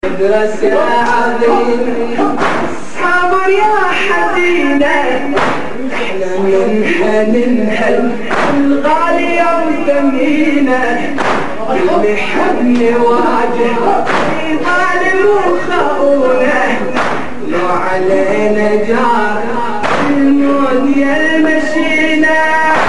مدرسة عظيمة صبر يا حزينة، احنا منها ننهل الغالية وثمينة، اللي حب نواجه ظالم وخونة، لو علينا جار الموت يا المشينة.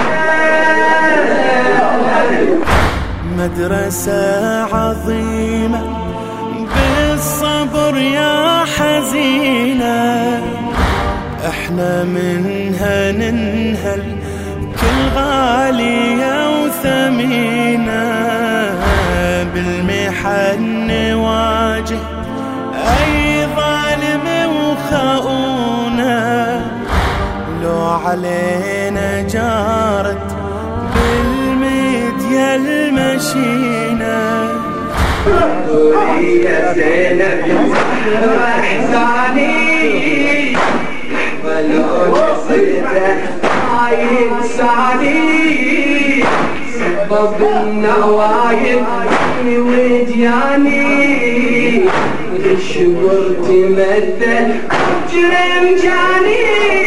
مدرسة عظيمة بالصبر يا حزينة، احنا منها ننهل كل غالية وثمينة، بالمحن نواجه اي ظالم وخونة، لو علينا جارت بالمديا المشينة. دوري يا زينب احزاني ولو نسيته ما ينساني، سبب النوايب ودياني، الشقر تمثل جرم جاني.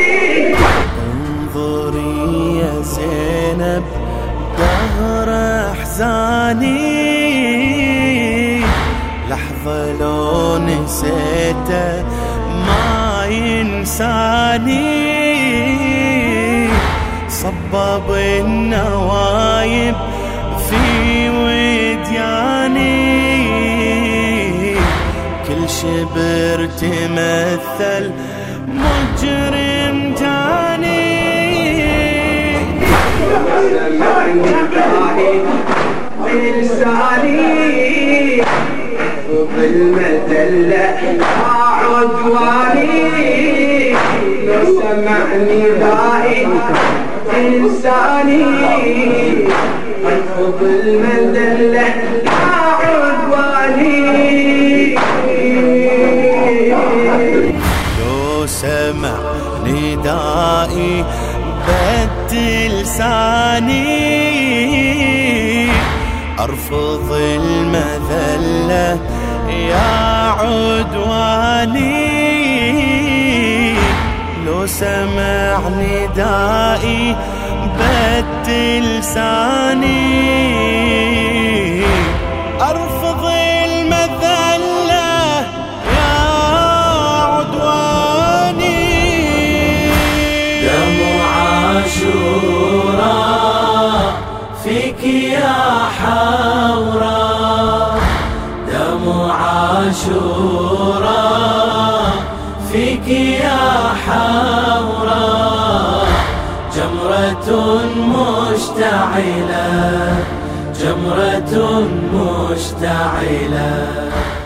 انظري يا زينب دهر احزاني، لحظة لو نسيته ما ينساني، صبب النوايب في ودياني، كل شبر تمثل مجرم جاني. سمعني بعيد بلساني وبالمذلة عدواني، لو سمعني بعيد بلساني وبالمذلة عدواني، لو سمع ندائي بد لساني، أرفض المذلة يا عدواني، لو سمع ندائي بد لساني، أرفض المذلة يا عدواني. دموع عاشوراء فيك يا حوراء، دموع عاشوراء فيك يا حوراء، جمرة مشتعلة، جمرة مشتعلة.